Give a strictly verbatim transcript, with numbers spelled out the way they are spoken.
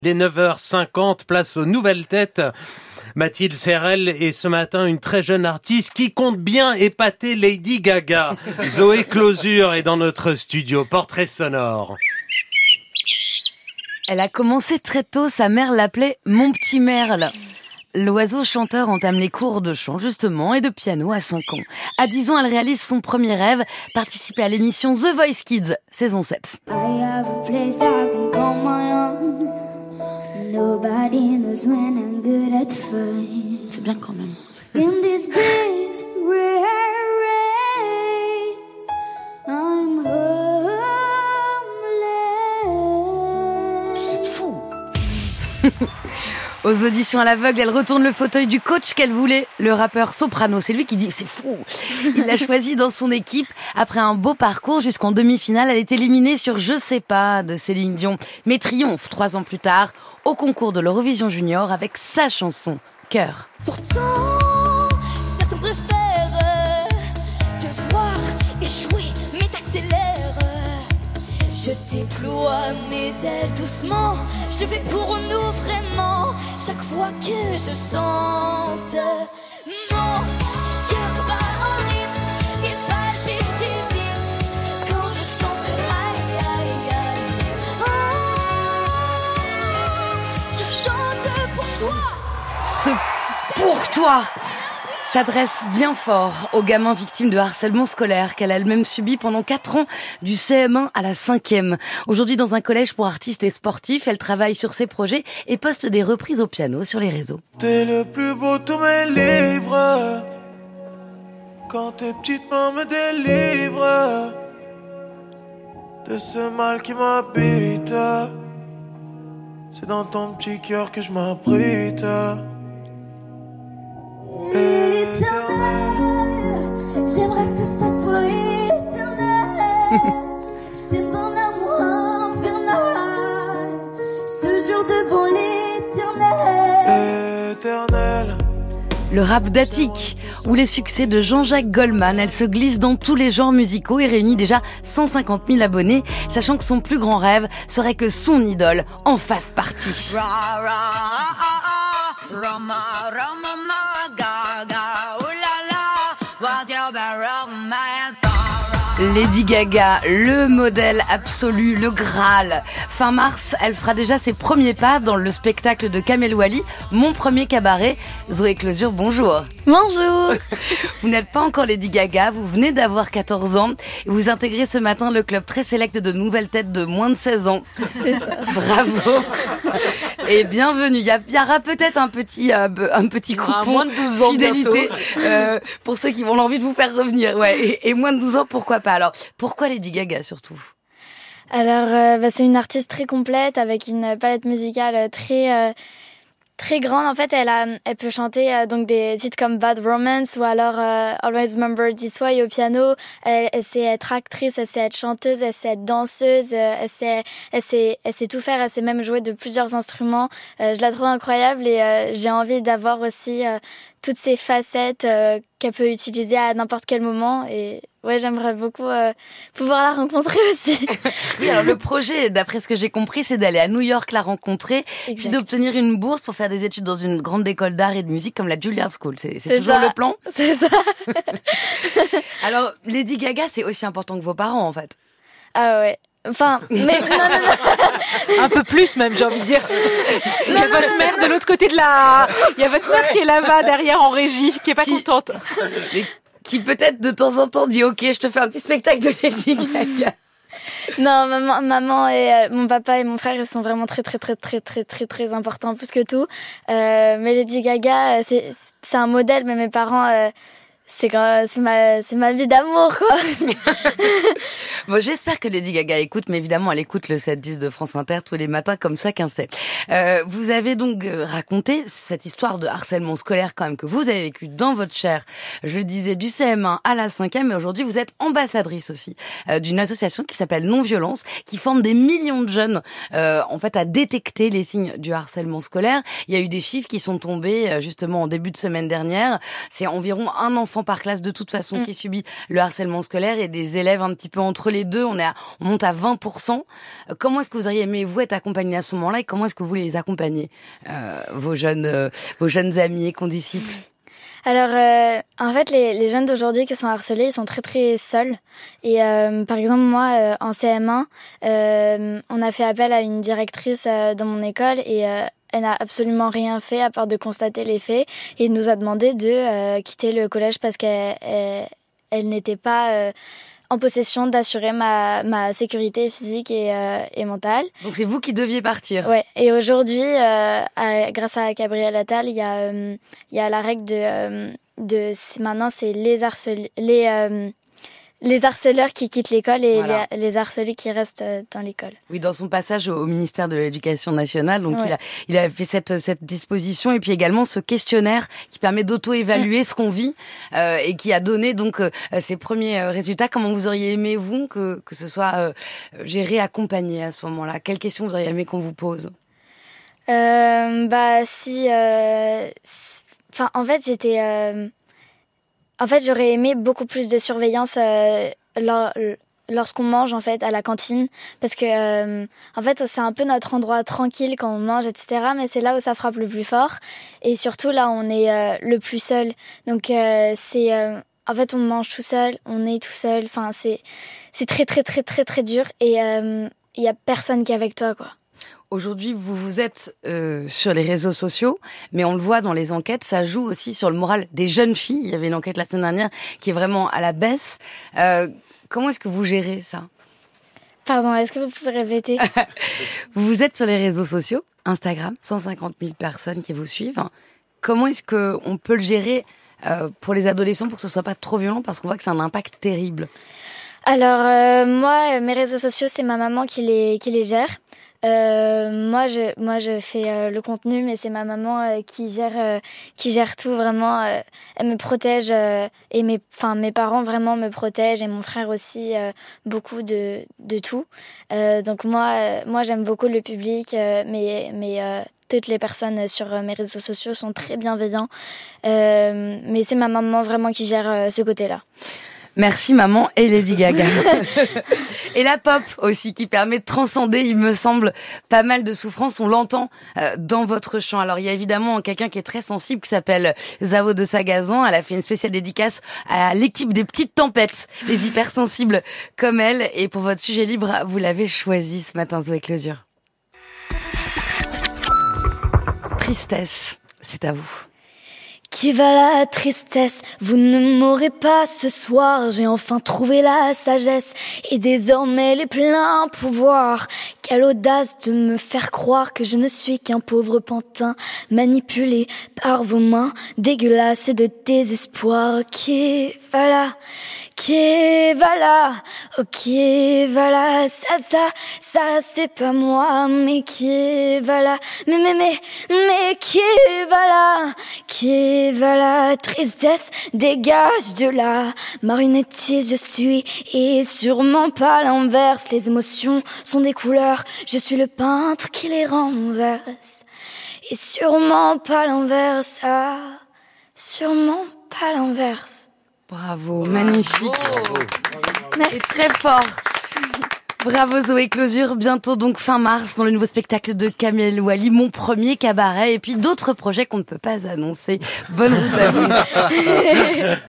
Les neuf heures cinquante, place aux nouvelles têtes. Mathilde Serrel est ce matin une très jeune artiste qui compte bien épater Lady Gaga. Zoé Closure est dans notre studio. Portrait sonore. Elle a commencé très tôt, sa mère l'appelait « Mon petit merle ». L'oiseau chanteur entame les cours de chant, justement, et de piano à cinq ans. À dix ans, elle réalise son premier rêve, participer à l'émission The Voice Kids, saison sept. C'est bien quand même. In this bit raised, I'm homeless. C'est fou. Aux auditions à l'aveugle, elle retourne le fauteuil du coach qu'elle voulait, le rappeur Soprano. C'est lui qui dit « c'est fou ». Il l'a choisi dans son équipe. Après un beau parcours jusqu'en demi-finale, elle est éliminée sur « Je sais pas » de Céline Dion. Mais triomphe trois ans plus tard au concours de l'Eurovision Junior avec sa chanson « Cœur ». Pourtant, certains préfèrent te voir échouer, mais t'accélères. Je déploie mes ailes doucement, je fais pour nous vraiment. Chaque fois que je chante, mon cœur bat en rythme, il palpite si vite. Quand je chante, aïe aïe aïe, oh, je chante pour toi. Ce pour toi s'adresse bien fort aux gamins victimes de harcèlement scolaire qu'elle a elle-même subi pendant quatre ans, du C M un à la cinquième. Aujourd'hui, dans un collège pour artistes et sportifs, elle travaille sur ses projets et poste des reprises au piano sur les réseaux. T'es le plus beau de tous mes livres, quand tes petites mains me délivrent de ce mal qui m'habite. C'est dans ton petit cœur que je m'abrite. Éternel, j'aimerais que tout ça soit éternel. Je t'aime d'un amour infernal. Je te jure devant l'éternel. Éternel. Le rap d'Attic ou les succès de Jean-Jacques Goldman, elle se glisse dans tous les genres musicaux et réunit déjà cent cinquante mille abonnés, sachant que son plus grand rêve serait que son idole en fasse partie. Lady Gaga, le modèle absolu, le Graal. Fin mars, elle fera déjà ses premiers pas dans le spectacle de Kamel Wally, Mon premier cabaret. Zoé Closure, bonjour. Bonjour. Vous n'êtes pas encore Lady Gaga, vous venez d'avoir quatorze ans et vous intégrez ce matin le club très sélect de nouvelles têtes de moins de seize ans. C'est ça. Bravo. Et bienvenue. Il y, a, il y aura peut-être un petit, euh, un petit coupon moins de douze ans fidélité euh, pour ceux qui ont envie de vous faire revenir. Ouais. Et, et moins de douze ans, pourquoi pas. Alors, pourquoi Lady Gaga surtout ? Alors, euh, bah, c'est une artiste très complète avec une palette musicale très euh, très grande. En fait, elle a, elle peut chanter euh, donc des titres comme Bad Romance ou alors euh, Always Remember This Way au piano. Elle, elle sait être actrice, elle sait être chanteuse, elle sait être danseuse, euh, elle sait, elle sait, elle sait tout faire. Elle sait même jouer de plusieurs instruments. Euh, je la trouve incroyable et euh, j'ai envie d'avoir aussi euh, toutes ces facettes euh, qu'elle peut utiliser à n'importe quel moment. Et ouais, j'aimerais beaucoup euh, pouvoir la rencontrer aussi. Oui, alors le projet, d'après ce que j'ai compris, c'est d'aller à New York la rencontrer, exact. Puis d'obtenir une bourse pour faire des études dans une grande école d'art et de musique comme la Juilliard School. C'est, c'est, c'est toujours ça. Le plan ? C'est ça. Alors, Lady Gaga, c'est aussi important que vos parents, en fait. Ah ouais. Enfin, mais non, non, non. Un peu plus même, j'ai envie de dire. Il y a votre mère de l'autre côté de la... Il y a votre mère qui est là-bas, derrière, en régie, qui est pas qui... contente. Mais qui peut-être de temps en temps dit « Ok, je te fais un petit spectacle de Lady Gaga ». Non, maman, maman et euh, mon papa et mon frère, ils sont vraiment très, très, très, très, très, très, très importants, plus que tout. Euh, mais Lady Gaga, c'est, c'est un modèle, mais mes parents... Euh, C'est, c'est, ma, c'est ma vie d'amour, quoi. Bon, j'espère que Lady Gaga écoute, mais évidemment, elle écoute le sept dix de France Inter tous les matins, comme chacun sait. Euh, vous avez donc raconté cette histoire de harcèlement scolaire, quand même, que vous avez vécu dans votre chair. Je le disais, du C M un à la cinquième, mais aujourd'hui, vous êtes ambassadrice aussi euh, d'une association qui s'appelle Non-Violence, qui forme des millions de jeunes, euh, en fait, à détecter les signes du harcèlement scolaire. Il y a eu des chiffres qui sont tombés, euh, justement, en début de semaine dernière. C'est environ un enfant enfant par classe de toute façon Mm. qui subit le harcèlement scolaire et des élèves un petit peu entre les deux. On est à, on monte à vingt pour cent. Euh, Comment est-ce que vous auriez aimé vous être accompagné à ce moment-là et comment est-ce que vous les accompagnez, euh, vos jeunes, euh, vos jeunes amis et condisciples? Alors, euh, en fait, les, les jeunes d'aujourd'hui qui sont harcelés, ils sont très très seuls. Et euh, par exemple, moi, euh, en C M un, euh, on a fait appel à une directrice euh, dans mon école et euh, elle n'a absolument rien fait à part de constater les faits et nous a demandé de euh, quitter le collège parce qu'elle elle, elle n'était pas euh, en possession d'assurer ma, ma sécurité physique et, euh, et mentale. Donc c'est vous qui deviez partir. Ouais. Et aujourd'hui, euh, à- grâce à Gabriel Attal, il y a, euh, il y a la règle de, euh, de c'est- maintenant c'est les harcel, les euh, les harceleurs qui quittent l'école et Voilà. les, les harcelés qui restent euh, dans l'école. Oui, dans son passage au, au ministère de l'Éducation nationale, donc Ouais. il a il a fait cette cette disposition et puis également ce questionnaire qui permet d'auto-évaluer ce qu'on vit euh, et qui a donné donc euh, ses premiers euh, résultats. Comment vous auriez aimé vous que que ce soit euh, géré, accompagné à ce moment-là? Quelles questions vous auriez aimé qu'on vous pose? Euh, bah si, euh, si- enfin en fait j'étais, euh, en fait j'aurais aimé beaucoup plus de surveillance euh, lor- lorsqu'on mange en fait à la cantine parce que euh, en fait c'est un peu notre endroit tranquille quand on mange et cetera. Mais c'est là où ça frappe le plus fort et surtout là où on est euh, le plus seul. Donc euh, c'est euh, en fait on mange tout seul, on est tout seul. Enfin c'est c'est très très très très très dur et il y a personne qui est avec toi quoi. Aujourd'hui, vous vous êtes euh, sur les réseaux sociaux, mais on le voit dans les enquêtes, ça joue aussi sur le moral des jeunes filles. Il y avait une enquête la semaine dernière qui est vraiment à la baisse. Euh, comment est-ce que vous gérez ça? Pardon, est-ce que vous pouvez répéter? Vous êtes sur les réseaux sociaux, Instagram, cent cinquante mille personnes qui vous suivent. Comment est-ce qu'on peut le gérer euh, pour les adolescents pour que ce soit pas trop violent parce qu'on voit que c'est un impact terrible? Alors euh, moi, mes réseaux sociaux, c'est ma maman qui les qui les gère. Euh, moi, je moi je fais euh, le contenu, mais c'est ma maman euh, qui gère euh, qui gère tout vraiment. Euh, elle me protège euh, et mes enfin mes parents vraiment me protègent et mon frère aussi euh, beaucoup de de tout. Euh, donc moi euh, moi j'aime beaucoup le public, euh, mais mais euh, toutes les personnes sur euh, mes réseaux sociaux sont très bienveillants. Euh, mais c'est ma maman vraiment qui gère euh, ce côté-là. Merci maman et Lady Gaga. Et la pop aussi qui permet de transcender, il me semble, pas mal de souffrances. On l'entend euh, dans votre chant. Alors il y a évidemment quelqu'un qui est très sensible qui s'appelle Zao de Sagazan. Elle a fait une spéciale dédicace à l'équipe des Petites Tempêtes, les hypersensibles comme elle. Et pour votre sujet libre, vous l'avez choisi ce matin, Zoé Closure. Tristesse, c'est à vous. Qui va la tristesse, vous ne m'aurez pas ce soir, j'ai enfin trouvé la sagesse et désormais les pleins pouvoirs. Quelle audace de me faire croire que je ne suis qu'un pauvre pantin manipulé par vos mains dégueulasses de désespoir. Qui va là, qui va là, oh qui va là, ça ça, ça c'est pas moi, mais qui va là, mais mais mais, mais qui va là, qui va la tristesse, dégage de là. Marionnettiste je suis et sûrement pas l'inverse. Les émotions sont des couleurs, je suis le peintre qui les renverse. Et sûrement pas l'inverse, ah, sûrement pas l'inverse. Bravo, magnifique. Bravo. Merci. Et très fort. Bravo Zoé Closure, bientôt donc fin mars dans le nouveau spectacle de Kamel Ouali, Mon Premier Cabaret, et puis d'autres projets qu'on ne peut pas annoncer. Bonne route à vous.